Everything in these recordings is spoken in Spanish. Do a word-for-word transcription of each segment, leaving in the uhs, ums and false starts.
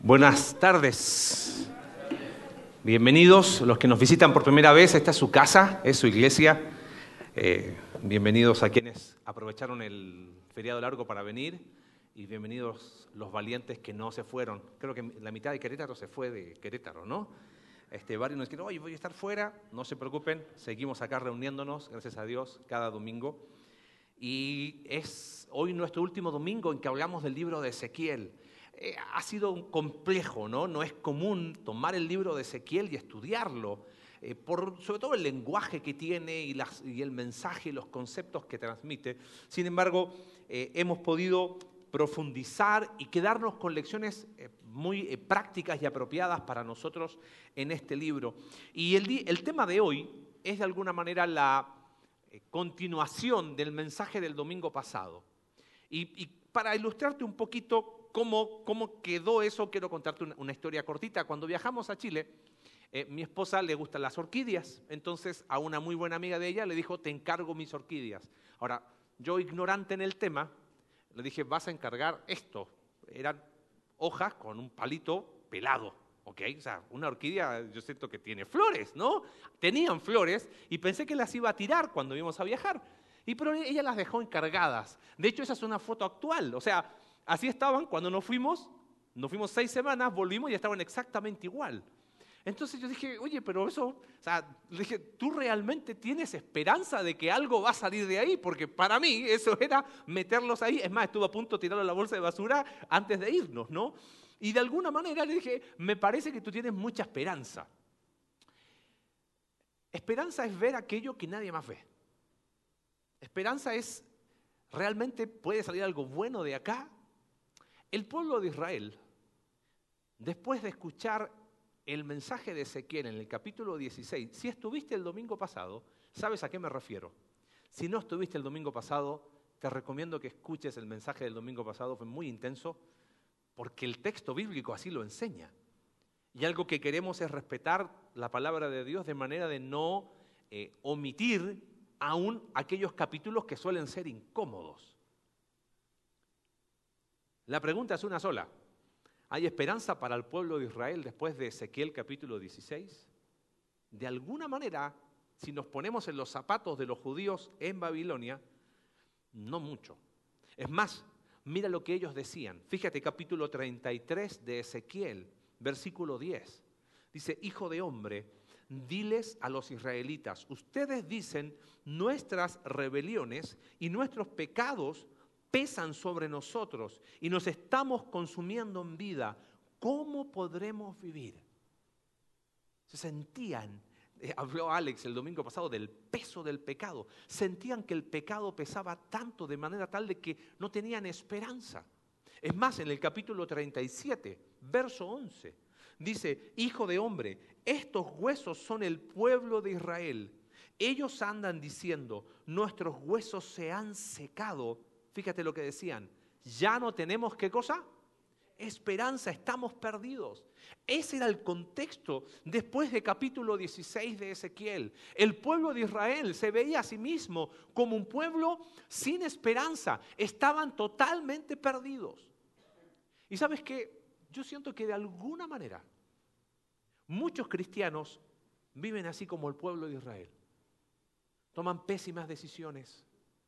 Buenas tardes. Bienvenidos los que nos visitan por primera vez. Esta es su casa, es su iglesia. Eh, bienvenidos a quienes aprovecharon el feriado largo para venir y bienvenidos los valientes que no se fueron. Creo que la mitad de Querétaro se fue de Querétaro, ¿no? Este, varios nos dijeron, oye, voy a estar fuera. No se preocupen, seguimos acá reuniéndonos, gracias a Dios, cada domingo. Y es hoy nuestro último domingo en que hablamos del libro de Ezequiel. Eh, ha sido un complejo, ¿no? No es común tomar el libro de Ezequiel y estudiarlo, eh, por sobre todo el lenguaje que tiene y, las, y el mensaje y los conceptos que transmite. Sin embargo, eh, hemos podido profundizar y quedarnos con lecciones eh, muy eh, prácticas y apropiadas para nosotros en este libro. Y el, el tema de hoy es de alguna manera la eh, continuación del mensaje del domingo pasado. Y, y para ilustrarte un poquito Cómo, cómo quedó eso, quiero contarte una, una historia cortita. Cuando viajamos a Chile, eh, mi esposa le gustan las orquídeas, entonces a una muy buena amiga de ella le dijo, te encargo mis orquídeas. Ahora, yo ignorante en el tema, le dije, vas a encargar esto. Eran hojas con un palito pelado, ¿ok? O sea, una orquídea, yo siento que tiene flores, ¿no? Tenían flores y pensé que las iba a tirar cuando íbamos a viajar. Y pero ella las dejó encargadas. De hecho, esa es una foto actual, o sea, así estaban cuando nos fuimos, nos fuimos seis semanas, volvimos y estaban exactamente igual. Entonces yo dije, oye, pero eso, o sea, le dije, ¿tú realmente tienes esperanza de que algo va a salir de ahí? Porque para mí eso era meterlos ahí. Es más, estuve a punto de tirarlo a la bolsa de basura antes de irnos, ¿no? Y de alguna manera le dije, me parece que tú tienes mucha esperanza. Esperanza es ver aquello que nadie más ve. Esperanza es, ¿realmente puede salir algo bueno de acá? El pueblo de Israel, después de escuchar el mensaje de Ezequiel en el capítulo dieciséis, si estuviste el domingo pasado, sabes a qué me refiero. Si no estuviste el domingo pasado, te recomiendo que escuches el mensaje del domingo pasado, fue muy intenso, porque el texto bíblico así lo enseña. Y algo que queremos es respetar la palabra de Dios de manera de no eh, omitir aún aquellos capítulos que suelen ser incómodos. La pregunta es una sola. ¿Hay esperanza para el pueblo de Israel después de Ezequiel capítulo dieciséis? De alguna manera, si nos ponemos en los zapatos de los judíos en Babilonia, no mucho. Es más, mira lo que ellos decían. Fíjate, capítulo treinta y tres de Ezequiel, versículo diez. Dice, hijo de hombre, diles a los israelitas, ustedes dicen, nuestras rebeliones y nuestros pecados pesan sobre nosotros y nos estamos consumiendo en vida. ¿Cómo podremos vivir? Se sentían, eh, habló Alex el domingo pasado del peso del pecado. Sentían que el pecado pesaba tanto de manera tal de que no tenían esperanza. Es más, en el capítulo treinta y siete, verso once, dice, hijo de hombre, estos huesos son el pueblo de Israel. Ellos andan diciendo, nuestros huesos se han secado. Fíjate lo que decían, ya no tenemos, ¿qué cosa? Esperanza, estamos perdidos. Ese era el contexto después de capítulo dieciséis de Ezequiel. El pueblo de Israel se veía a sí mismo como un pueblo sin esperanza. Estaban totalmente perdidos. Y ¿sabes qué? Yo siento que de alguna manera muchos cristianos viven así como el pueblo de Israel. Toman pésimas decisiones.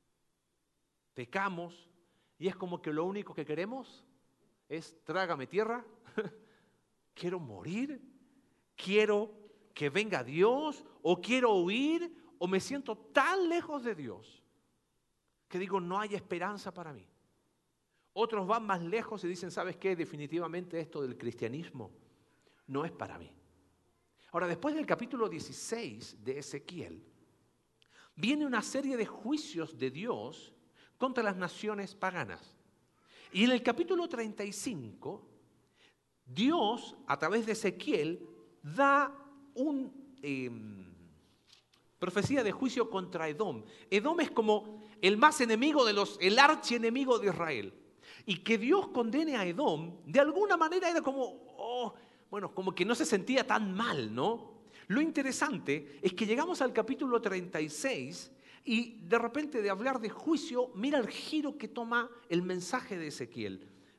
Pecamos y es como que lo único que queremos es trágame tierra, quiero morir, quiero que venga Dios o quiero huir o me siento tan lejos de Dios que digo no hay esperanza para mí. Otros van más lejos y dicen, ¿sabes qué? Definitivamente esto del cristianismo no es para mí. Ahora, después del capítulo dieciséis de Ezequiel, viene una serie de juicios de Dios contra las naciones paganas. Y en el capítulo treinta y cinco, Dios, a través de Ezequiel, da una eh, profecía de juicio contra Edom. Edom es como el más enemigo de los, el archienemigo de Israel. Y que Dios condene a Edom, de alguna manera era como, oh, bueno, como que no se sentía tan mal, ¿no? Lo interesante es que llegamos al capítulo treinta y seis y de repente de hablar de juicio, mira el giro que toma el mensaje de Ezequiel.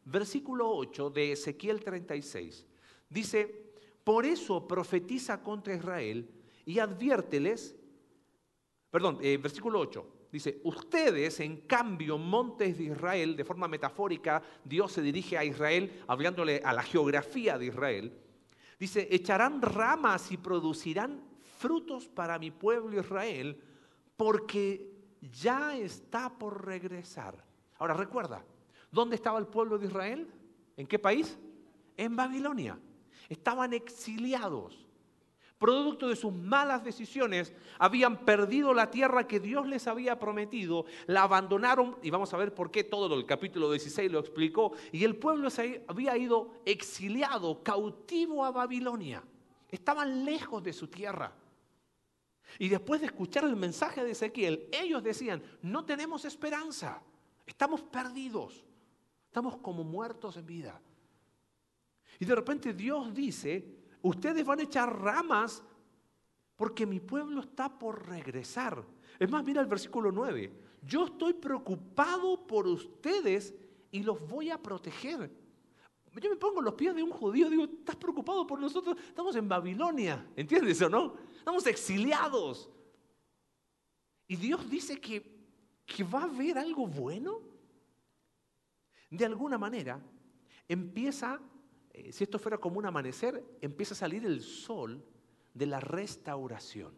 versículo ocho de Ezequiel treinta y seis. Dice, por eso profetiza contra Israel y adviérteles, perdón, eh, versículo ocho, dice, ustedes en cambio, montes de Israel, de forma metafórica, Dios se dirige a Israel, hablándole a la geografía de Israel, dice, echarán ramas y producirán frutos para mi pueblo Israel, porque ya está por regresar. Ahora recuerda, ¿dónde estaba el pueblo de Israel? ¿En qué país? En Babilonia. Estaban exiliados. Producto de sus malas decisiones, habían perdido la tierra que Dios les había prometido, la abandonaron, y vamos a ver por qué todo el capítulo dieciséis lo explicó, y el pueblo se había ido exiliado, cautivo a Babilonia. Estaban lejos de su tierra. Y después de escuchar el mensaje de Ezequiel, ellos decían, no tenemos esperanza, estamos perdidos, estamos como muertos en vida. Y de repente Dios dice, ustedes van a echar ramas porque mi pueblo está por regresar. Es más, mira el versículo nueve. Yo estoy preocupado por ustedes y los voy a proteger. Yo me pongo en los pies de un judío y digo, ¿estás preocupado por nosotros? Estamos en Babilonia, ¿entiendes o no? Estamos exiliados. Y Dios dice que, que va a haber algo bueno. De alguna manera, empieza, eh, si esto fuera como un amanecer, empieza a salir el sol de la restauración.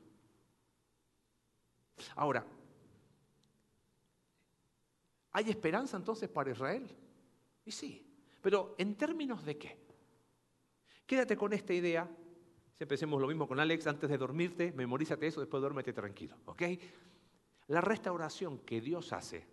Ahora, ¿hay esperanza entonces para Israel? Y sí. Pero ¿en términos de qué? Quédate con esta idea. Siempre decimos lo mismo con Alex, antes de dormirte, memorízate eso, después duérmete tranquilo, ¿ok? La restauración que Dios hace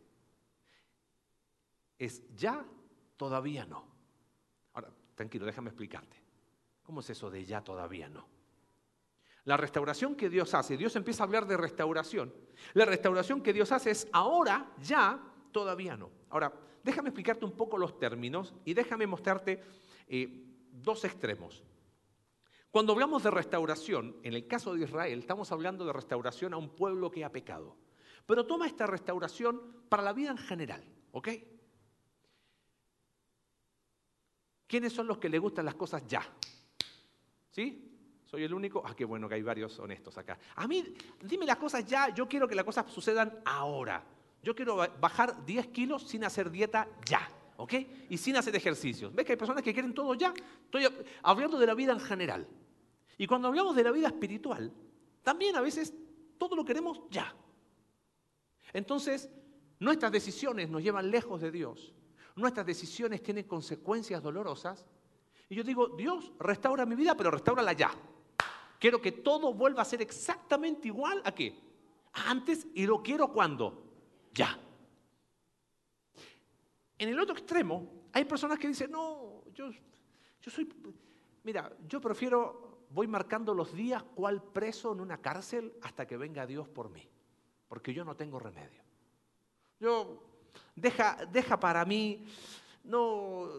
es ya, todavía no. Ahora, tranquilo, déjame explicarte. ¿Cómo es eso de ya, todavía no? La restauración que Dios hace, Dios empieza a hablar de restauración. La restauración que Dios hace es ahora, ya, todavía no. Ahora, déjame explicarte un poco los términos y déjame mostrarte eh, dos extremos. Cuando hablamos de restauración, en el caso de Israel, estamos hablando de restauración a un pueblo que ha pecado. Pero toma esta restauración para la vida en general, ¿ok? ¿Quiénes son los que les gustan las cosas ya? ¿Sí? ¿Soy el único? Ah, qué bueno que hay varios honestos acá. A mí, dime las cosas ya, yo quiero que las cosas sucedan ahora. Yo quiero bajar diez kilos sin hacer dieta ya, ¿ok? Y sin hacer ejercicios. ¿Ves que hay personas que quieren todo ya? Estoy hablando de la vida en general. Y cuando hablamos de la vida espiritual, también a veces todo lo queremos ya. Entonces, nuestras decisiones nos llevan lejos de Dios. Nuestras decisiones tienen consecuencias dolorosas. Y yo digo, Dios, restaura mi vida, pero restáurala ya. Quiero que todo vuelva a ser exactamente igual a qué? Antes, y lo quiero ¿cuándo? Ya. En el otro extremo, hay personas que dicen, no, yo, yo soy, mira, yo prefiero, voy marcando los días cuál preso en una cárcel hasta que venga Dios por mí, porque yo no tengo remedio. Yo, deja, deja para mí, no,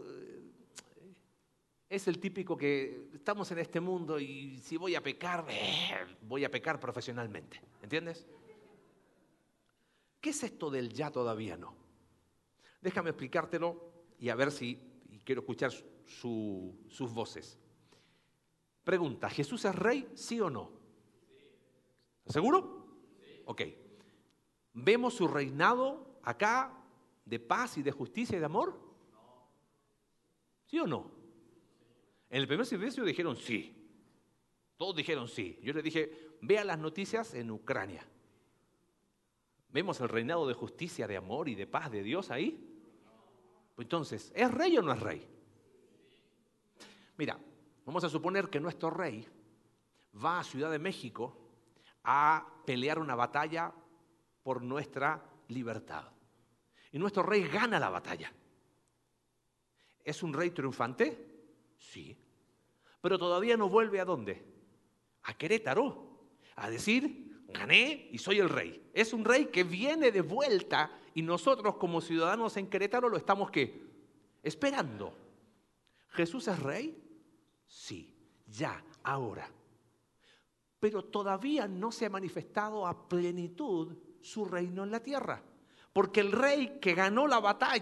es el típico que estamos en este mundo y si voy a pecar, voy a pecar profesionalmente, ¿entiendes? ¿Qué es esto del ya todavía no? Déjame explicártelo y a ver si, y quiero escuchar su, sus voces. Pregunta, ¿Jesús es rey, sí o no? ¿Estás seguro? Sí. Ok. ¿Vemos su reinado acá de paz y de justicia y de amor? No. ¿Sí o no? En el primer servicio dijeron sí. Todos dijeron sí. Yo les dije, vea las noticias en Ucrania. ¿Vemos el reinado de justicia, de amor y de paz de Dios ahí? Entonces, ¿es rey o no es rey? Mira, vamos a suponer que nuestro rey va a Ciudad de México a pelear una batalla por nuestra libertad. Y nuestro rey gana la batalla. ¿Es un rey triunfante? Sí. Pero todavía no vuelve ¿a dónde? A Querétaro, a decir, gané y soy el rey. Es un rey que viene de vuelta y nosotros como ciudadanos en Querétaro lo estamos ¿qué? Esperando. ¿Jesús es rey? Sí, ya, ahora. Pero todavía no se ha manifestado a plenitud su reino en la tierra. Porque el rey que ganó la batalla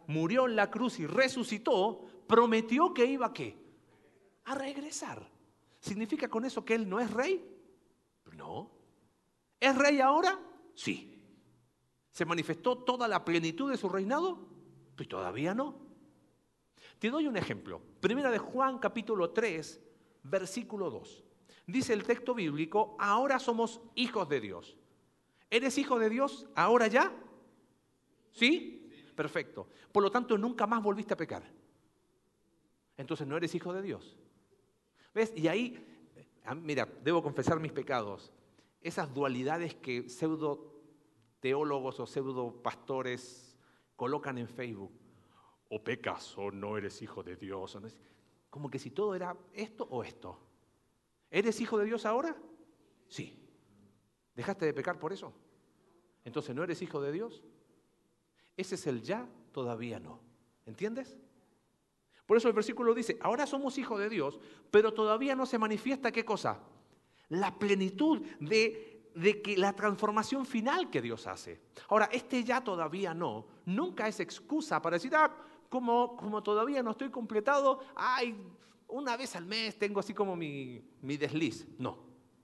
murió en la cruz y resucitó, prometió que iba ¿a qué? A regresar. ¿Significa con eso que Él no es rey? No. ¿Es rey ahora? Sí. ¿Se manifestó toda la plenitud de su reinado? Pues todavía no. Te doy un ejemplo. Primera de Juan, capítulo tres, versículo dos. Dice el texto bíblico, ahora somos hijos de Dios. ¿Eres hijo de Dios ahora ya? ¿Sí? Perfecto. Por lo tanto, nunca más volviste a pecar. Entonces no eres hijo de Dios. ¿Ves? Y ahí, mira, debo confesar mis pecados. Esas dualidades que pseudo teólogos o pseudo pastores colocan en Facebook. O pecas o no eres hijo de Dios. Como que si todo era esto o esto. ¿Eres hijo de Dios ahora? Sí. ¿Dejaste de pecar por eso? Entonces, ¿no eres hijo de Dios? Ese es el ya, todavía no. ¿Entiendes? Por eso el versículo dice, ahora somos hijos de Dios, pero todavía no se manifiesta ¿qué cosa? La plenitud de, de que la transformación final que Dios hace. Ahora, este ya todavía no, nunca es excusa para decir, ah, como, como todavía no estoy completado, ay, una vez al mes tengo así como mi, mi desliz. No.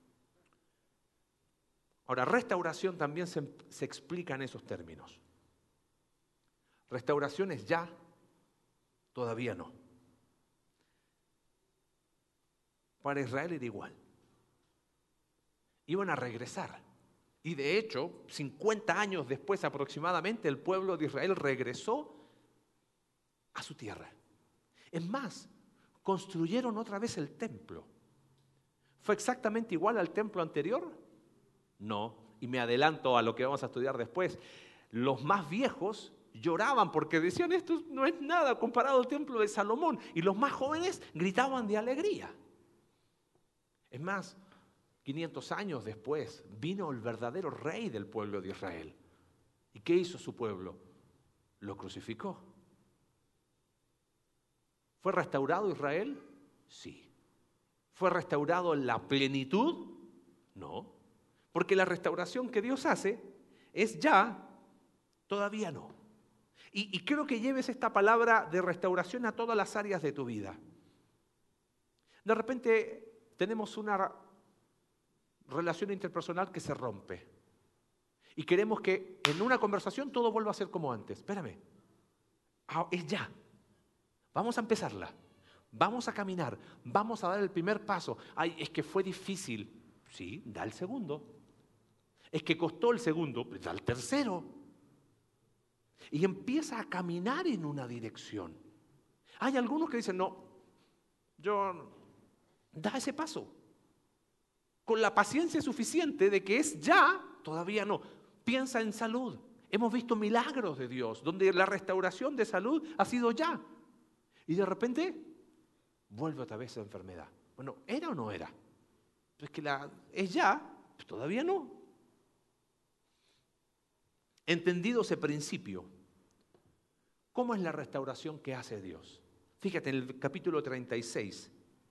Ahora, restauración también se, se explica en esos términos. Restauración es ya, todavía no. Para Israel era igual. Iban a regresar. Y de hecho, cincuenta años después aproximadamente, el pueblo de Israel regresó a su tierra. Es más, construyeron otra vez el templo. ¿Fue exactamente igual al templo anterior? No. Y me adelanto a lo que vamos a estudiar después. Los más viejos lloraban porque decían, esto no es nada comparado al templo de Salomón. Y los más jóvenes gritaban de alegría. Es más, quinientos años después vino el verdadero rey del pueblo de Israel. ¿Y qué hizo su pueblo? Lo crucificó. ¿Fue restaurado Israel? Sí. ¿Fue restaurado en la plenitud? No. Porque la restauración que Dios hace es ya, todavía no. Y, y creo que lleves esta palabra de restauración a todas las áreas de tu vida. De repente tenemos una relación interpersonal que se rompe. Y queremos que en una conversación todo vuelva a ser como antes. Espérame. Ah, es ya. Vamos a empezarla. Vamos a caminar. Vamos a dar el primer paso. Ay, es que fue difícil. Sí, da el segundo. Es que costó el segundo. Pues da el tercero. Y empieza a caminar en una dirección. Hay algunos que dicen, no, yo, da ese paso. Con la paciencia suficiente de que es ya, todavía no. Piensa en salud. Hemos visto milagros de Dios, donde la restauración de salud ha sido ya. Y de repente, vuelve otra vez la enfermedad. Bueno, ¿era o no era? Pues que la, es ya, pues todavía no. Entendido ese principio, ¿cómo es la restauración que hace Dios? Fíjate en el capítulo treinta y seis.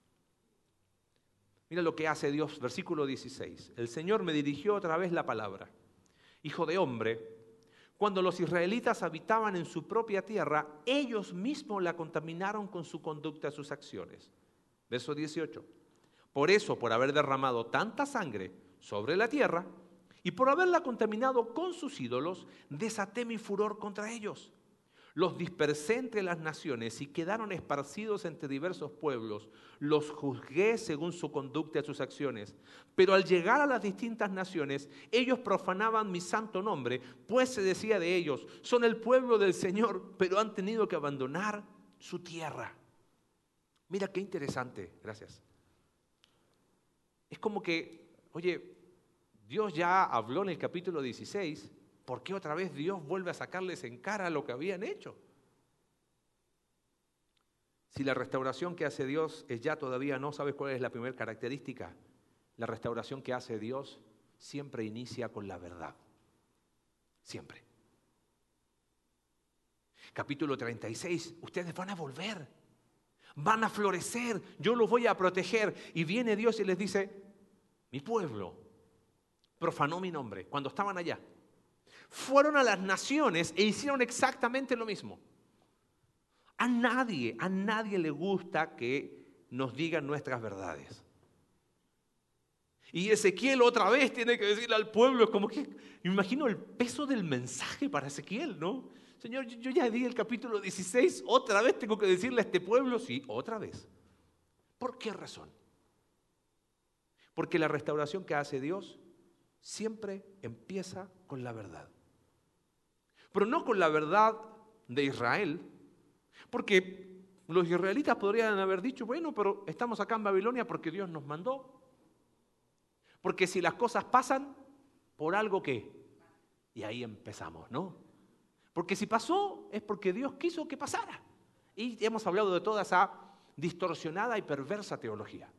Mira lo que hace Dios, versículo dieciséis. El Señor me dirigió otra vez la palabra. Hijo de hombre, cuando los israelitas habitaban en su propia tierra, ellos mismos la contaminaron con su conducta, sus acciones. Verso dieciocho. Por eso, por haber derramado tanta sangre sobre la tierra y por haberla contaminado con sus ídolos, desaté mi furor contra ellos. Los dispersé entre las naciones y quedaron esparcidos entre diversos pueblos. Los juzgué según su conducta y sus acciones. Pero al llegar a las distintas naciones, ellos profanaban mi santo nombre, pues se decía de ellos, son el pueblo del Señor, pero han tenido que abandonar su tierra. Mira qué interesante, gracias. Es como que, oye, Dios ya habló en el capítulo dieciséis, ¿por qué otra vez Dios vuelve a sacarles en cara lo que habían hecho? Si la restauración que hace Dios es ya todavía no, ¿sabes cuál es la primera característica? La restauración que hace Dios siempre inicia con la verdad. Siempre. Capítulo treinta y seis, ustedes van a volver, van a florecer, yo los voy a proteger. Y viene Dios y les dice, mi pueblo profanó mi nombre cuando estaban allá. Fueron a las naciones e hicieron exactamente lo mismo. A nadie, a nadie le gusta que nos digan nuestras verdades. Y Ezequiel otra vez tiene que decirle al pueblo, es como que, me imagino el peso del mensaje para Ezequiel, ¿no? Señor, yo ya di el capítulo dieciséis, otra vez tengo que decirle a este pueblo, sí, otra vez. ¿Por qué razón? Porque la restauración que hace Dios siempre empieza con la verdad. Pero no con la verdad de Israel, porque los israelitas podrían haber dicho, bueno, pero estamos acá en Babilonia porque Dios nos mandó. Porque si las cosas pasan, por algo que, y ahí empezamos, ¿no? Porque si pasó, es porque Dios quiso que pasara. Y hemos hablado de toda esa distorsionada y perversa teología.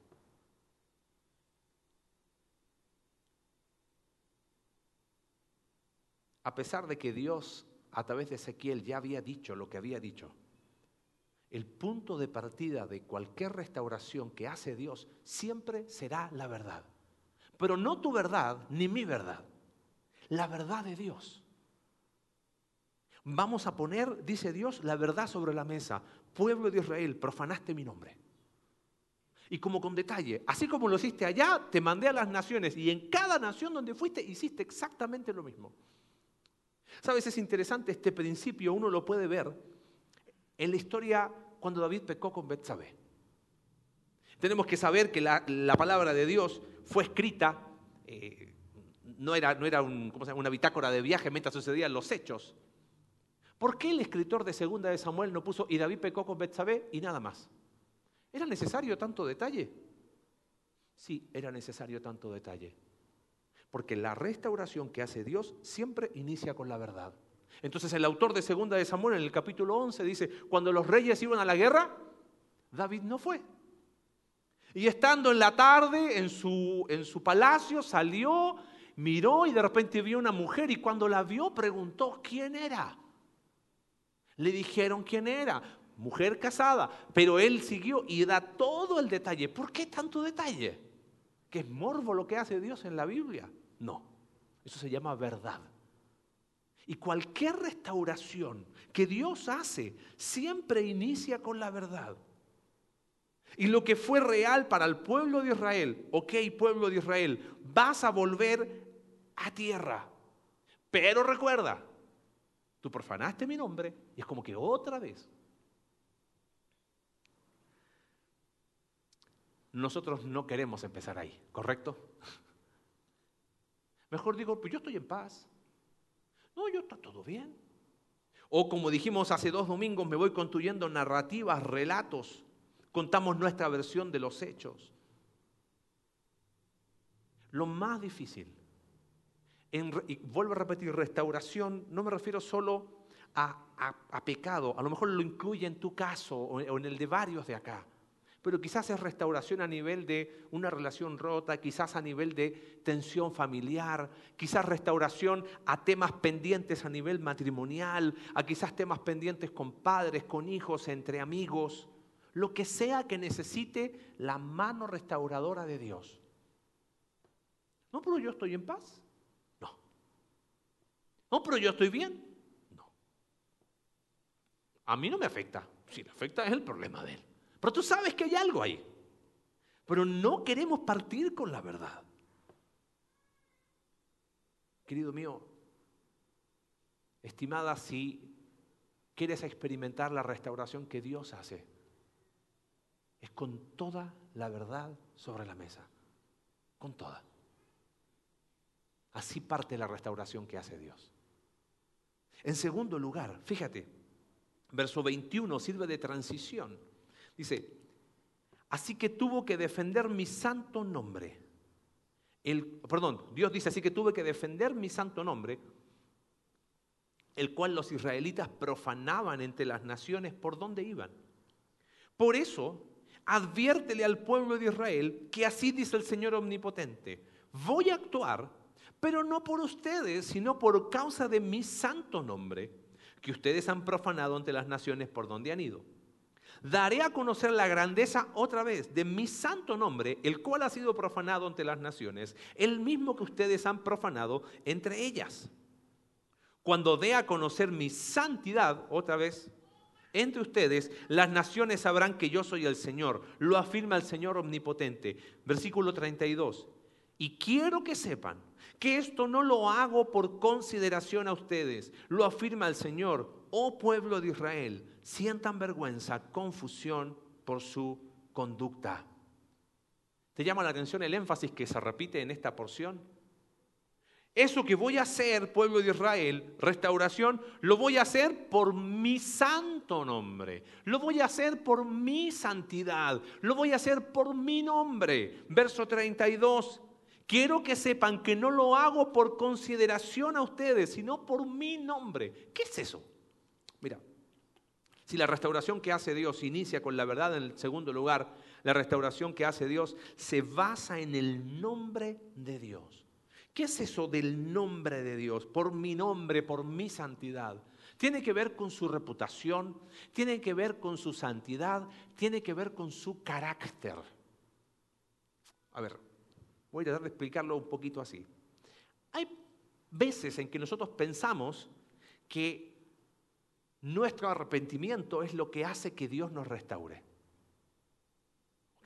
A pesar de que Dios, a través de Ezequiel, ya había dicho lo que había dicho, el punto de partida de cualquier restauración que hace Dios siempre será la verdad. Pero no tu verdad ni mi verdad, la verdad de Dios. Vamos a poner, dice Dios, la verdad sobre la mesa. Pueblo de Israel, profanaste mi nombre. Y como con detalle, así como lo hiciste allá, te mandé a las naciones y en cada nación donde fuiste hiciste exactamente lo mismo. ¿Sabes? Es interesante este principio, uno lo puede ver en la historia cuando David pecó con Betsabé. Tenemos que saber que la, la palabra de Dios fue escrita, eh, no era, no era un, ¿cómo se llama? Una bitácora de viaje mientras sucedían los hechos. ¿Por qué el escritor de Segunda de Samuel no puso y David pecó con Betsabé y nada más? ¿Era necesario tanto detalle? Sí, era necesario tanto detalle. Porque la restauración que hace Dios siempre inicia con la verdad. Entonces el autor de Segunda de Samuel en el capítulo once dice, cuando los reyes iban a la guerra, David no fue. Y estando en la tarde en su, en su palacio, salió, miró y de repente vio una mujer y cuando la vio preguntó quién era. Le dijeron quién era, mujer casada, pero él siguió y da todo el detalle. ¿Por qué tanto detalle? ¿Que es morbo lo que hace Dios en la Biblia? No, eso se llama verdad. Y cualquier restauración que Dios hace siempre inicia con la verdad. Y lo que fue real para el pueblo de Israel, ok, pueblo de Israel, vas a volver a tierra. Pero recuerda, tú profanaste mi nombre y es como que otra vez. Nosotros no queremos empezar ahí, ¿correcto? Mejor digo, pues yo estoy en paz. No, yo está todo bien. O como dijimos hace dos domingos, me voy construyendo narrativas, relatos. Contamos nuestra versión de los hechos. Lo más difícil, en, y vuelvo a repetir, restauración, no me refiero solo a, a, a pecado, a lo mejor lo incluye en tu caso o, o en el de varios de acá, pero quizás es restauración a nivel de una relación rota, quizás a nivel de tensión familiar, quizás restauración a temas pendientes a nivel matrimonial, a quizás temas pendientes con padres, con hijos, entre amigos. Lo que sea que necesite la mano restauradora de Dios. No, pero yo estoy en paz. No. No, pero yo estoy bien. No. A mí no me afecta. Si le afecta es el problema de él. Pero tú sabes que hay algo ahí. Pero no queremos partir con la verdad. Querido mío, estimada, si quieres experimentar la restauración que Dios hace, es con toda la verdad sobre la mesa, con toda. Así parte la restauración que hace Dios. En segundo lugar, fíjate, verso veintiuno sirve de transición. Dice, así que tuvo que defender mi santo nombre. El, perdón, Dios dice, así que tuve que defender mi santo nombre, el cual los israelitas profanaban entre las naciones por donde iban. Por eso, adviértele al pueblo de Israel que así dice el Señor Omnipotente. Voy a actuar, pero no por ustedes, sino por causa de mi santo nombre, que ustedes han profanado ante las naciones por donde han ido. Daré a conocer la grandeza otra vez de mi santo nombre, el cual ha sido profanado ante las naciones, el mismo que ustedes han profanado entre ellas. Cuando dé a conocer mi santidad, otra vez, Entre ustedes las naciones sabrán que yo soy el Señor. Lo afirma el Señor omnipotente. Versículo treinta y dos. Y quiero que sepan que esto no lo hago por consideración a ustedes. Lo afirma el Señor. Oh pueblo de Israel, sientan vergüenza, confusión por su conducta. ¿Te llama la atención el énfasis que se repite en esta porción? Eso que voy a hacer, pueblo de Israel, restauración, lo voy a hacer por mi santo nombre. Lo voy a hacer por mi santidad. Lo voy a hacer por mi nombre. Verso treinta y dos. Quiero que sepan que no lo hago por consideración a ustedes, sino por mi nombre. ¿Qué es eso? Mira, si la restauración que hace Dios inicia con la verdad en el segundo lugar, la restauración que hace Dios se basa en el nombre de Dios. ¿Qué es eso del nombre de Dios? Por mi nombre, por mi santidad. Tiene que ver con su reputación, tiene que ver con su santidad, tiene que ver con su carácter. A ver, voy a tratar de explicarlo un poquito así. Hay veces en que nosotros pensamos que nuestro arrepentimiento es lo que hace que Dios nos restaure. ¿Ok?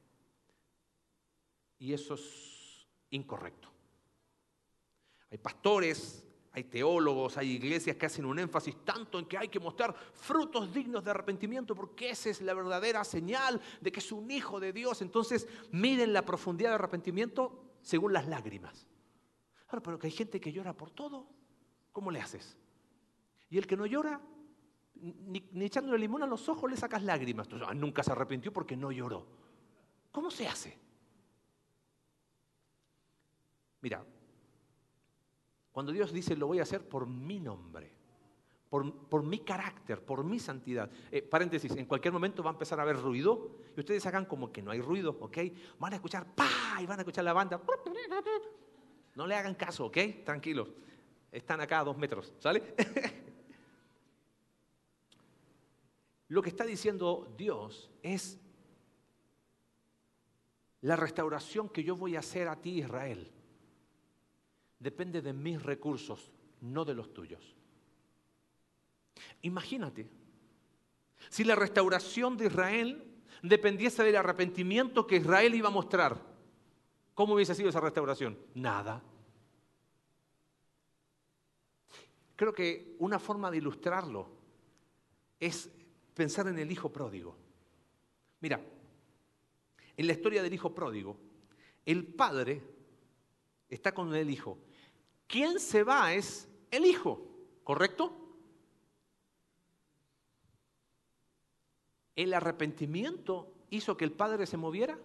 Y eso es incorrecto. Hay pastores, hay teólogos, hay iglesias que hacen un énfasis tanto en que hay que mostrar frutos dignos de arrepentimiento porque esa es la verdadera señal de que es un hijo de Dios. Entonces miden la profundidad de arrepentimiento según las lágrimas. Ahora, pero que hay gente que llora por todo, ¿cómo le haces? Y el que no llora, ni, ni echándole limón a los ojos le sacas lágrimas. Entonces, ah, nunca se arrepintió porque no lloró. ¿Cómo se hace? Mira, cuando Dios dice lo voy a hacer por mi nombre, por, por mi carácter, por mi santidad. Eh, paréntesis, en cualquier momento va a empezar a haber ruido y ustedes hagan como que no hay ruido, ¿ok? Van a escuchar ¡pah! Y van a escuchar la banda. No le hagan caso, ¿ok? Tranquilos. Están acá a dos metros, ¿sale? Lo que está diciendo Dios es la restauración que yo voy a hacer a ti, Israel. Depende de mis recursos, no de los tuyos. Imagínate, si la restauración de Israel dependiese del arrepentimiento que Israel iba a mostrar, ¿cómo hubiese sido esa restauración? Nada. Creo que una forma de ilustrarlo es pensar en el hijo pródigo. Mira, en la historia del hijo pródigo, el padre está con el hijo. ¿Quién se va? Es el hijo, ¿correcto? ¿El arrepentimiento hizo que el padre se moviera?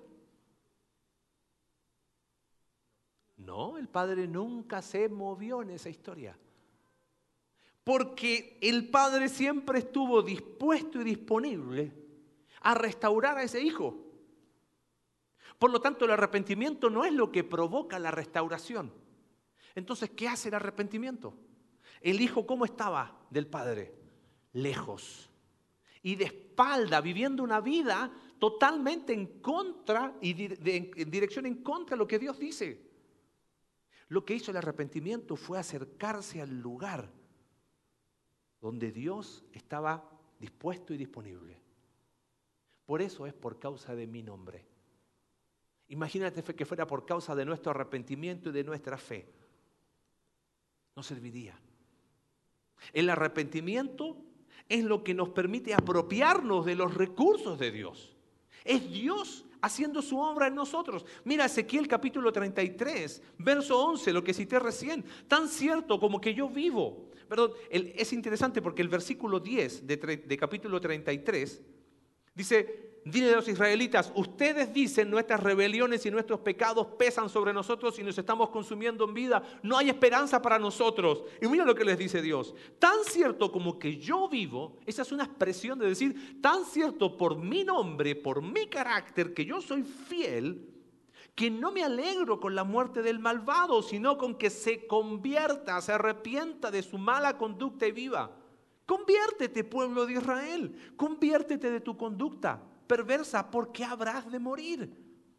No, el padre nunca se movió en esa historia. Porque el padre siempre estuvo dispuesto y disponible a restaurar a ese hijo. Por lo tanto, el arrepentimiento no es lo que provoca la restauración. Entonces, ¿qué hace el arrepentimiento? El hijo, ¿cómo estaba del padre? Lejos. Y de espalda, viviendo una vida totalmente en contra y en dirección en contra de lo que Dios dice. Lo que hizo el arrepentimiento fue acercarse al lugar donde Dios estaba dispuesto y disponible. Por eso es por causa de mi nombre. Imagínate que fuera por causa de nuestro arrepentimiento y de nuestra fe. No serviría. El arrepentimiento es lo que nos permite apropiarnos de los recursos de Dios. Es Dios haciendo su obra en nosotros. Mira Ezequiel capítulo treinta y tres, verso once, lo que cité recién. Tan cierto como que yo vivo. Perdón, el, es interesante porque el versículo diez de, de capítulo treinta y tres dice: dile a los israelitas, ustedes dicen nuestras rebeliones y nuestros pecados pesan sobre nosotros y nos estamos consumiendo en vida. No hay esperanza para nosotros. Y mira lo que les dice Dios. Tan cierto como que yo vivo, esa es una expresión de decir, tan cierto por mi nombre, por mi carácter, que yo soy fiel, que no me alegro con la muerte del malvado, sino con que se convierta, se arrepienta de su mala conducta y viva. Conviértete, pueblo de Israel, conviértete de tu conducta perversa, porque habrás de morir.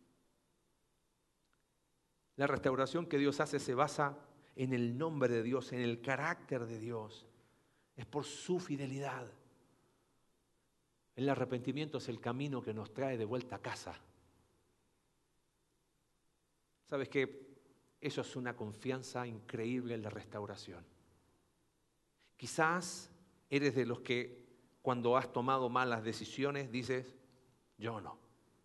La restauración que Dios hace se basa en el nombre de Dios, en el carácter de Dios. Es por su fidelidad. El arrepentimiento es el camino que nos trae de vuelta a casa. ¿Sabes qué? Eso es una confianza increíble en la restauración. Quizás eres de los que cuando has tomado malas decisiones dices, yo no.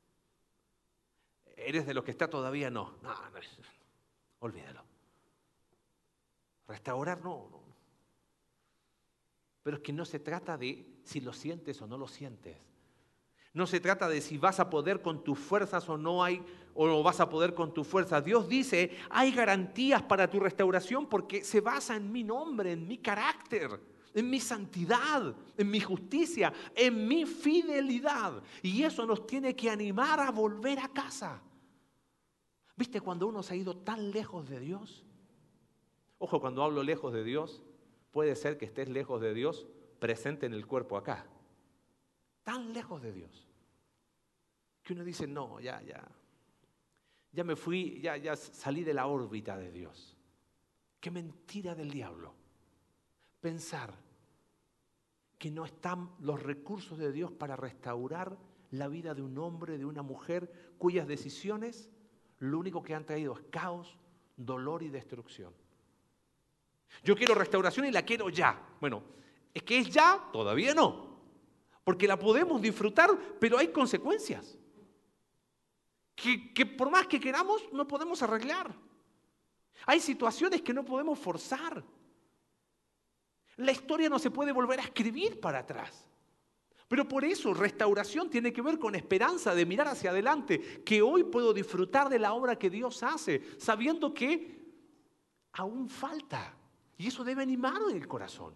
Eres de los que está todavía no. No, no, olvídalo. Restaurar no, no. Pero es que no se trata de si lo sientes o no lo sientes. No se trata de si vas a poder con tus fuerzas o no hay, o no vas a poder con tus fuerzas. Dios dice, hay garantías para tu restauración porque se basa en mi nombre, en mi carácter, en mi santidad, en mi justicia, en mi fidelidad. Y eso nos tiene que animar a volver a casa. ¿Viste cuando uno se ha ido tan lejos de Dios? Ojo, cuando hablo lejos de Dios, puede ser que estés lejos de Dios presente en el cuerpo acá. Tan lejos de Dios. Que uno dice, no, ya, ya. Ya me fui, ya, ya salí de la órbita de Dios. Qué mentira del diablo. Pensar que no están los recursos de Dios para restaurar la vida de un hombre, de una mujer, cuyas decisiones lo único que han traído es caos, dolor y destrucción. Yo quiero restauración y la quiero ya. Bueno, es que es ya, todavía no. Porque la podemos disfrutar, pero hay consecuencias. Que, que por más que queramos, no podemos arreglar. Hay situaciones que no podemos forzar. La historia no se puede volver a escribir para atrás. Pero por eso restauración tiene que ver con esperanza de mirar hacia adelante, que hoy puedo disfrutar de la obra que Dios hace, sabiendo que aún falta. Y eso debe animar en el corazón.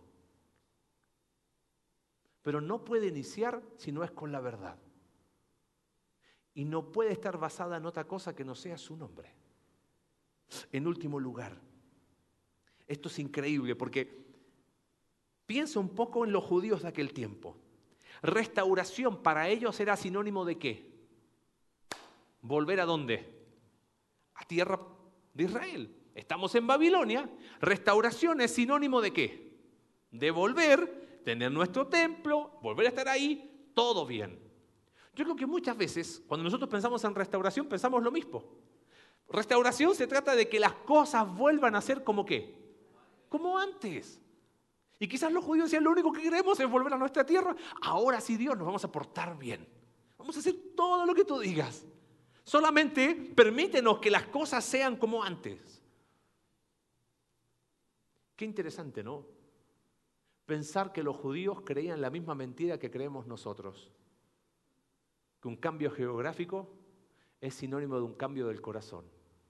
Pero no puede iniciar si no es con la verdad. Y no puede estar basada en otra cosa que no sea su nombre. En último lugar, esto es increíble porque piensa un poco en los judíos de aquel tiempo. Restauración para ellos era sinónimo de ¿qué? ¿Volver a dónde? A tierra de Israel. Estamos en Babilonia. Restauración es sinónimo de ¿qué? De volver, tener nuestro templo, volver a estar ahí, todo bien. Yo creo que muchas veces, cuando nosotros pensamos en restauración, pensamos lo mismo. Restauración se trata de que las cosas vuelvan a ser como ¿qué? Como antes. Y quizás los judíos decían, lo único que queremos es volver a nuestra tierra. Ahora sí, Dios, nos vamos a portar bien. Vamos a hacer todo lo que tú digas. Solamente permítenos que las cosas sean como antes. Qué interesante, ¿no? Pensar que los judíos creían la misma mentira que creemos nosotros. Que un cambio geográfico es sinónimo de un cambio del corazón.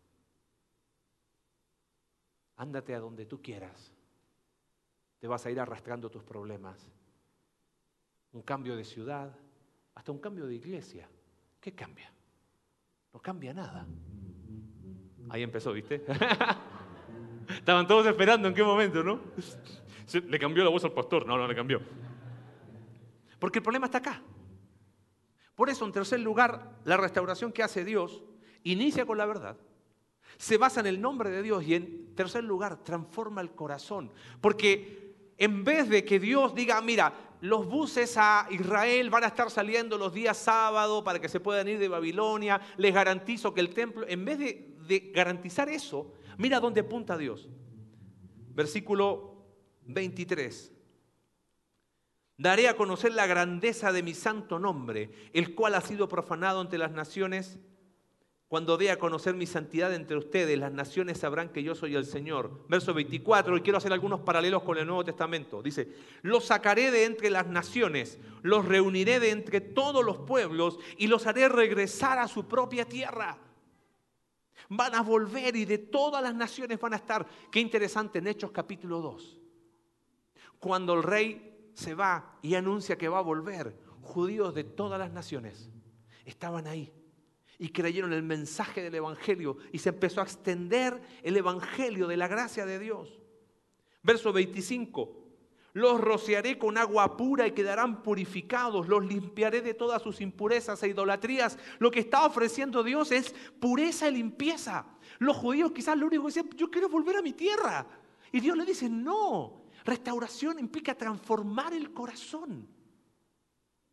Ándate a donde tú quieras. Te vas a ir arrastrando tus problemas. Un cambio de ciudad, hasta un cambio de iglesia. ¿Qué cambia? No cambia nada. Ahí empezó, ¿viste? Estaban todos esperando en qué momento, ¿no? Le cambió la voz al pastor. No, no le cambió. Porque el problema está acá. Por eso, en tercer lugar, la restauración que hace Dios inicia con la verdad, se basa en el nombre de Dios y en tercer lugar, transforma el corazón. Porque en vez de que Dios diga, mira, los buses a Israel van a estar saliendo los días sábado para que se puedan ir de Babilonia, les garantizo que el templo, en vez de, de garantizar eso, mira dónde apunta Dios. Versículo veintitrés. Daré a conocer la grandeza de mi santo nombre, el cual ha sido profanado entre las naciones. Cuando dé a conocer mi santidad entre ustedes, las naciones sabrán que yo soy el Señor. Verso veinticuatro, y quiero hacer algunos paralelos con el Nuevo Testamento. Dice, los sacaré de entre las naciones, los reuniré de entre todos los pueblos y los haré regresar a su propia tierra. Van a volver y de todas las naciones van a estar. Qué interesante en Hechos capítulo dos. Cuando el rey se va y anuncia que va a volver, judíos de todas las naciones estaban ahí y creyeron el mensaje del evangelio y se empezó a extender el evangelio de la gracia de Dios. Verso veinticinco, los rociaré con agua pura y quedarán purificados, los limpiaré de todas sus impurezas e idolatrías. Lo que está ofreciendo Dios es pureza y limpieza. Los judíos quizás lo único que decían, yo quiero volver a mi tierra. Y Dios le dice, no. Restauración implica transformar el corazón.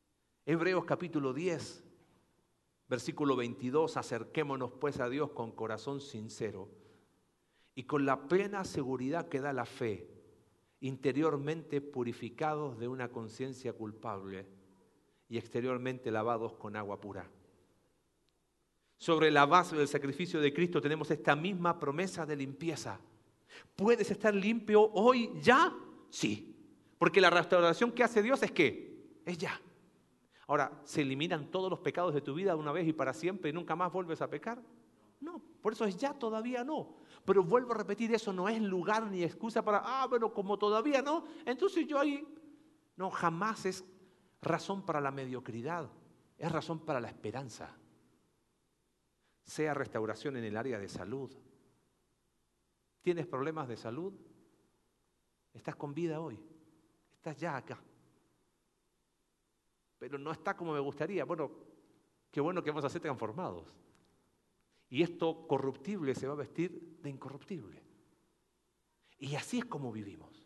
Hebreos capítulo diez, versículo veintidós, acerquémonos pues a Dios con corazón sincero y con la plena seguridad que da la fe, interiormente purificados de una conciencia culpable y exteriormente lavados con agua pura. Sobre la base del sacrificio de Cristo tenemos esta misma promesa de limpieza. ¿Puedes estar limpio hoy ya? Sí, porque la restauración que hace Dios es ¿qué? Es ya. Ahora, ¿se eliminan todos los pecados de tu vida de una vez y para siempre y nunca más vuelves a pecar? No, por eso es ya, todavía no. Pero vuelvo a repetir, eso no es lugar ni excusa para, ah, bueno, como todavía no, entonces yo ahí, no, jamás es razón para la mediocridad, es razón para la esperanza. Sea restauración en el área de salud. ¿Tienes problemas de salud? Estás con vida hoy, estás ya acá. Pero no está como me gustaría. Bueno, qué bueno que vamos a ser transformados. Y esto corruptible se va a vestir de incorruptible. Y así es como vivimos.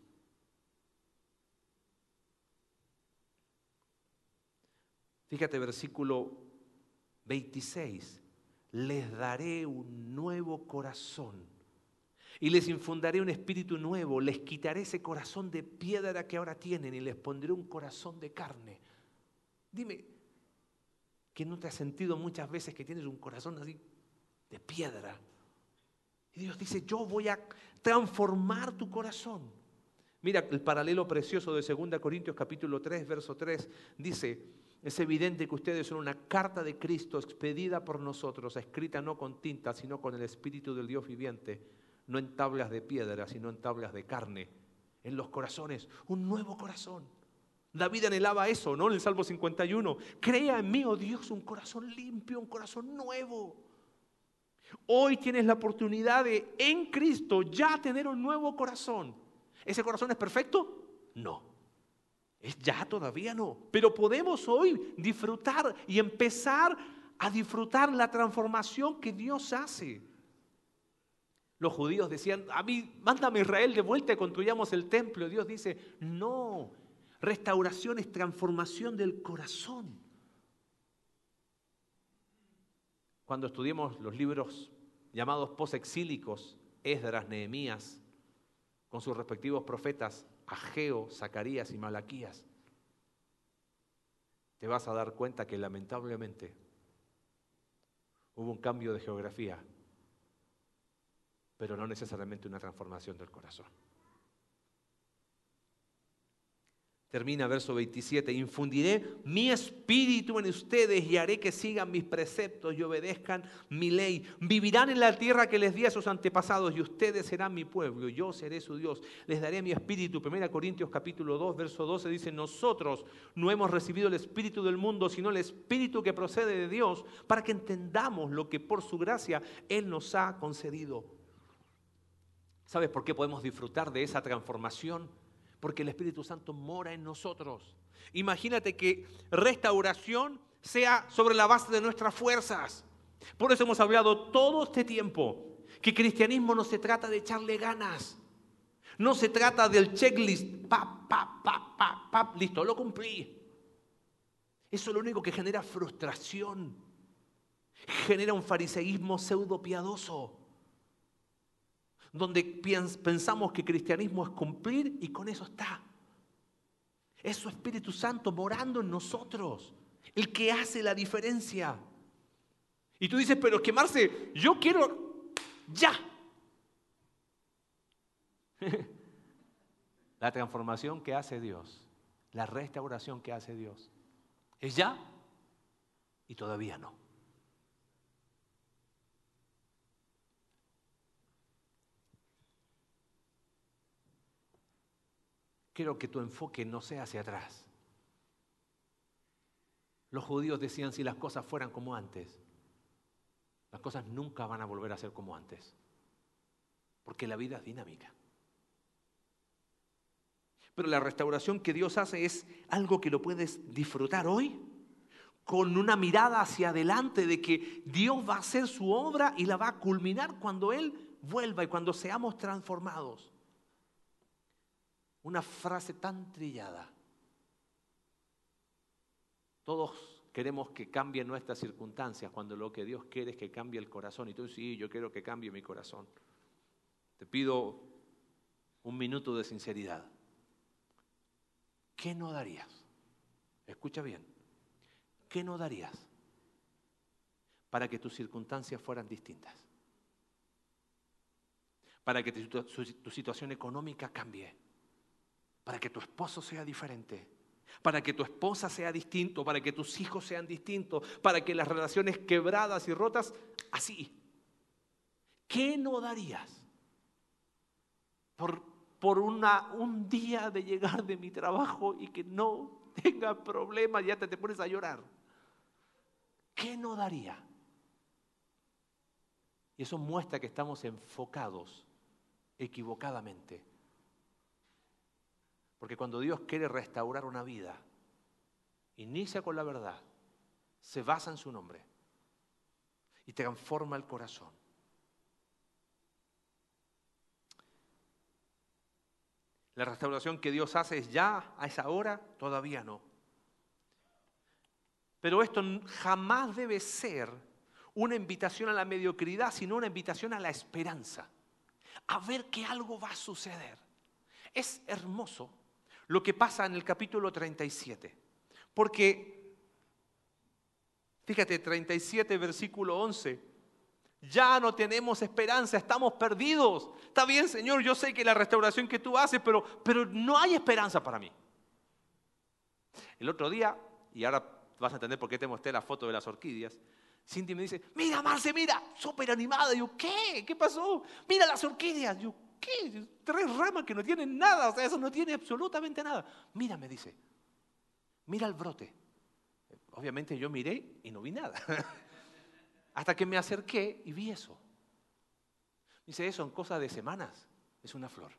Fíjate, versículo veintiséis. Les daré un nuevo corazón y les infundaré un espíritu nuevo. Les quitaré ese corazón de piedra que ahora tienen y les pondré un corazón de carne. Dime, ¿que no te has sentido muchas veces que tienes un corazón así de piedra? Y Dios dice, yo voy a transformar tu corazón. Mira el paralelo precioso de segunda Corintios capítulo tres, verso tres, dice, es evidente que ustedes son una carta de Cristo expedida por nosotros, escrita no con tinta, sino con el Espíritu del Dios viviente, no en tablas de piedra, sino en tablas de carne, en los corazones, un nuevo corazón. David anhelaba eso, ¿no? En el Salmo cincuenta y uno, crea en mí, oh Dios, un corazón limpio, un corazón nuevo. Hoy tienes la oportunidad de, en Cristo, ya tener un nuevo corazón. ¿Ese corazón es perfecto? No. Es ya, todavía no. Pero podemos hoy disfrutar y empezar a disfrutar la transformación que Dios hace. Los judíos decían, a mí, mándame a Israel de vuelta y construyamos el templo. Y Dios dice, no, restauración es transformación del corazón. Cuando estudiemos los libros llamados posexílicos, Esdras, Nehemías, con sus respectivos profetas, Ageo, Zacarías y Malaquías, te vas a dar cuenta que lamentablemente hubo un cambio de geografía, pero no necesariamente una transformación del corazón. Termina verso veintisiete, infundiré mi espíritu en ustedes y haré que sigan mis preceptos y obedezcan mi ley. Vivirán en la tierra que les di a sus antepasados y ustedes serán mi pueblo, yo seré su Dios. Les daré mi espíritu. Primera Corintios capítulo dos, verso doce dice, nosotros no hemos recibido el espíritu del mundo, sino el espíritu que procede de Dios, para que entendamos lo que por su gracia Él nos ha concedido. ¿Sabes por qué podemos disfrutar de esa transformación? Porque el Espíritu Santo mora en nosotros. Imagínate que restauración sea sobre la base de nuestras fuerzas. Por eso hemos hablado todo este tiempo que cristianismo no se trata de echarle ganas. No se trata del checklist. Pa, pa, pa, pa, pa, listo, lo cumplí. Eso es lo único que genera frustración. Genera un fariseísmo pseudo piadoso, donde pensamos que cristianismo es cumplir y con eso está. Es su Espíritu Santo morando en nosotros, el que hace la diferencia. Y tú dices, pero es que Marce, yo quiero ya. La transformación que hace Dios, la restauración que hace Dios, es ya y todavía no. Quiero que tu enfoque no sea hacia atrás. Los judíos decían, si las cosas fueran como antes, las cosas nunca van a volver a ser como antes, porque la vida es dinámica. Pero la restauración que Dios hace es algo que lo puedes disfrutar hoy, con una mirada hacia adelante de que Dios va a hacer su obra y la va a culminar cuando Él vuelva y cuando seamos transformados. Una frase tan trillada. Todos queremos que cambien nuestras circunstancias cuando lo que Dios quiere es que cambie el corazón. Y tú, sí, yo quiero que cambie mi corazón. Te pido un minuto de sinceridad. ¿Qué no darías? Escucha bien. ¿Qué no darías para que tus circunstancias fueran distintas? Para que tu, tu situación económica cambie. Para que tu esposo sea diferente. Para que tu esposa sea distinto. Para que tus hijos sean distintos. Para que las relaciones quebradas y rotas, así. ¿Qué no darías por, por una, un día de llegar de mi trabajo y que no tenga problemas y ya te, te pones a llorar? ¿Qué no daría? Y eso muestra que estamos enfocados equivocadamente. Porque cuando Dios quiere restaurar una vida, inicia con la verdad, se basa en su nombre y transforma el corazón. La restauración que Dios hace es ya, a esa hora, todavía no. Pero esto jamás debe ser una invitación a la mediocridad, sino una invitación a la esperanza, a ver que algo va a suceder. Es hermoso lo que pasa en el capítulo treinta y siete, porque, fíjate, treinta y siete, versículo once, ya no tenemos esperanza, estamos perdidos. Está bien, Señor, yo sé que la restauración que tú haces, pero, pero no hay esperanza para mí. El otro día, y ahora vas a entender por qué te mostré la foto de las orquídeas, Cindy me dice, mira Marce, mira, súper animada. Yo, ¿qué? ¿Qué pasó? Mira las orquídeas. Yo, ¿qué? Tres ramas que no tienen nada, o sea, eso no tiene absolutamente nada. Mira, me dice, mira el brote. Obviamente yo miré y no vi nada. Hasta que me acerqué y vi eso. Dice, eso en cosas de semanas es una flor.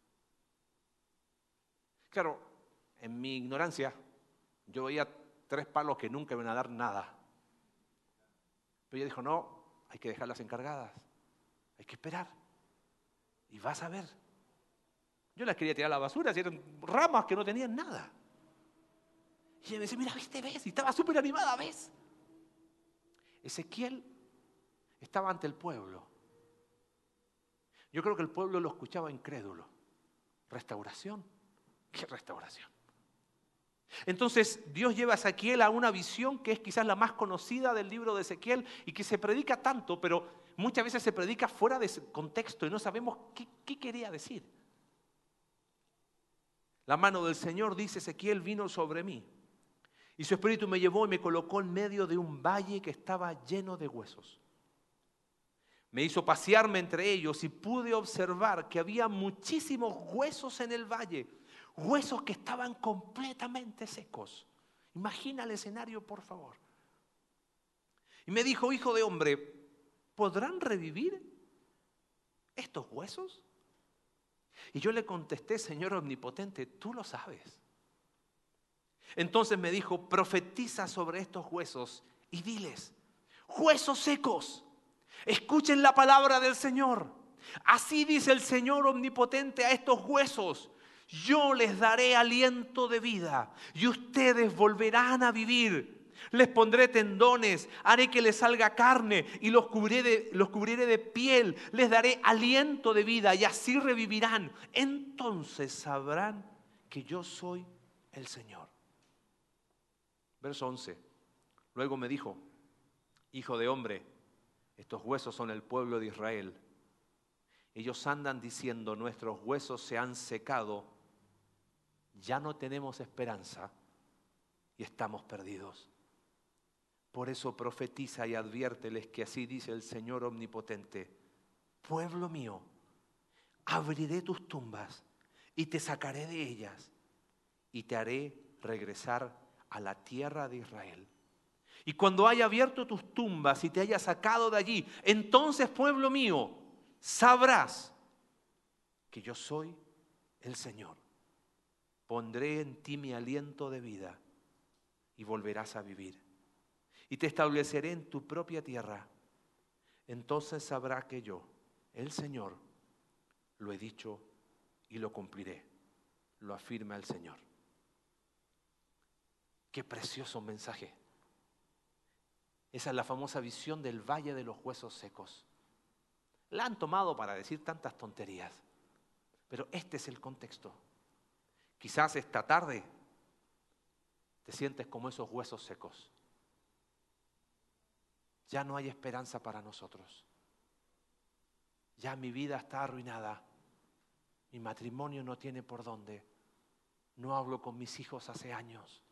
Claro, en mi ignorancia, yo veía tres palos que nunca iban a dar nada. Pero ella dijo, no, hay que dejarlas encargadas. Hay que esperar. Y vas a ver. Yo las quería tirar a la basura, si eran ramas que no tenían nada. Y ella me dice, mira, viste, ves. Y estaba súper animada, ves. Ezequiel estaba ante el pueblo. Yo creo que el pueblo lo escuchaba incrédulo. ¿Restauración? ¿Qué restauración? Entonces Dios lleva a Ezequiel a una visión que es quizás la más conocida del libro de Ezequiel y que se predica tanto, pero muchas veces se predica fuera de contexto y no sabemos qué, qué quería decir. La mano del Señor, dice Ezequiel, vino sobre mí. Y su espíritu me llevó y me colocó en medio de un valle que estaba lleno de huesos. Me hizo pasearme entre ellos y pude observar que había muchísimos huesos en el valle. Huesos que estaban completamente secos. Imagina el escenario, por favor. Y me dijo, hijo de hombre, ¿podrán revivir estos huesos? Y yo le contesté, Señor omnipotente, tú lo sabes. Entonces me dijo, profetiza sobre estos huesos y diles, huesos secos, escuchen la palabra del Señor. Así dice el Señor omnipotente a estos huesos, yo les daré aliento de vida y ustedes volverán a vivir. Les pondré tendones, haré que les salga carne y los cubriré de, los cubriré de piel. Les daré aliento de vida y así revivirán. Entonces sabrán que yo soy el Señor. Verso once. Luego me dijo, hijo de hombre, estos huesos son el pueblo de Israel. Ellos andan diciendo, nuestros huesos se han secado, ya no tenemos esperanza y estamos perdidos. Por eso profetiza y adviérteles que así dice el Señor omnipotente, pueblo mío, abriré tus tumbas y te sacaré de ellas y te haré regresar a la tierra de Israel. Y cuando haya abierto tus tumbas y te haya sacado de allí, entonces, pueblo mío, sabrás que yo soy el Señor. Pondré en ti mi aliento de vida y volverás a vivir. Y te estableceré en tu propia tierra. Entonces sabrás que yo, el Señor, lo he dicho y lo cumpliré. Lo afirma el Señor. Qué precioso mensaje. Esa es la famosa visión del valle de los huesos secos. La han tomado para decir tantas tonterías, pero este es el contexto. Quizás esta tarde te sientes como esos huesos secos. Ya no hay esperanza para nosotros. Ya mi vida está arruinada. Mi matrimonio no tiene por dónde. No hablo con mis hijos hace años.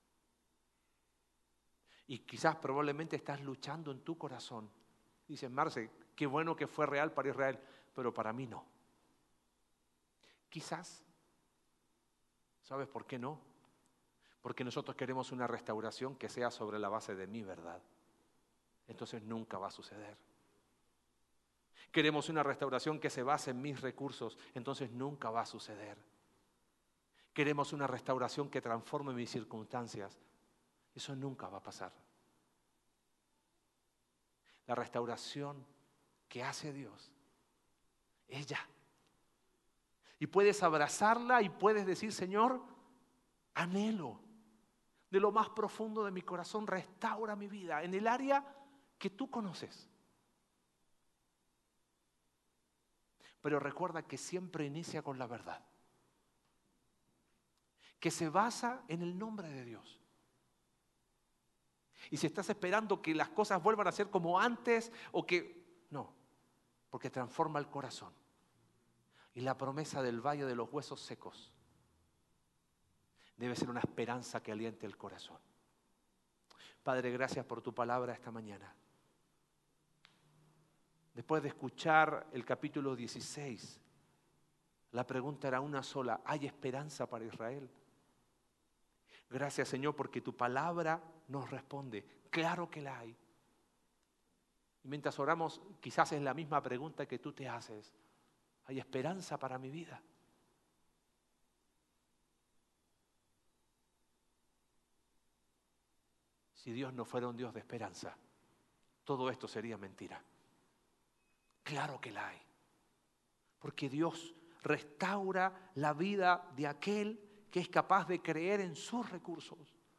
Y quizás probablemente estás luchando en tu corazón. Dices, Marce, qué bueno que fue real para Israel, pero para mí no. Quizás, ¿sabes por qué no? Porque nosotros queremos una restauración que sea sobre la base de mi verdad. Entonces nunca va a suceder. Queremos una restauración que se base en mis recursos, entonces nunca va a suceder. Queremos una restauración que transforme mis circunstancias, eso nunca va a pasar. La restauración que hace Dios es ya. Y puedes abrazarla y puedes decir, Señor, anhelo de lo más profundo de mi corazón, restaura mi vida en el área que tú conoces. Pero recuerda que siempre inicia con la verdad, que se basa en el nombre de Dios. Y si estás esperando que las cosas vuelvan a ser como antes o que... No, porque transforma el corazón. Y la promesa del valle de los huesos secos debe ser una esperanza que aliente el corazón. Padre, gracias por tu palabra esta mañana. Después de escuchar el capítulo dieciséis, la pregunta era una sola: ¿hay esperanza para Israel? Gracias, Señor, porque tu palabra nos responde, claro que la hay. Y mientras oramos, quizás es la misma pregunta que tú te haces: ¿hay esperanza para mi vida? Si Dios no fuera un Dios de esperanza, todo esto sería mentira. Claro que la hay. Porque Dios restaura la vida de aquel que es capaz de creer en sus recursos.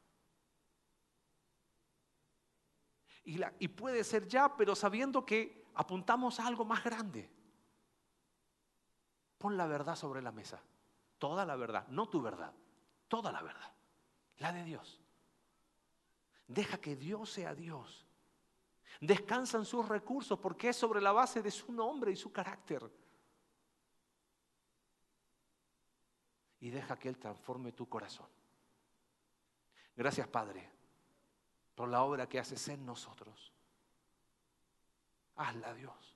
Y, la, y puede ser ya, pero sabiendo que apuntamos a algo más grande. Pon la verdad sobre la mesa. Toda la verdad, no tu verdad. Toda la verdad. La de Dios. Deja que Dios sea Dios. Descansa en sus recursos porque es sobre la base de su nombre y su carácter. Y deja que Él transforme tu corazón. Gracias, Padre, por la obra que haces en nosotros. Hazla, Dios,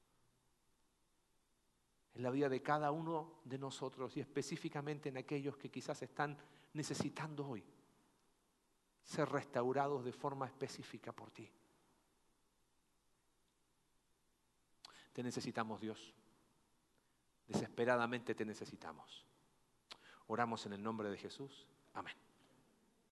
en la vida de cada uno de nosotros y específicamente en aquellos que quizás están necesitando hoy ser restaurados de forma específica por ti. Te necesitamos, Dios. Desesperadamente te necesitamos. Oramos en el nombre de Jesús. Amén.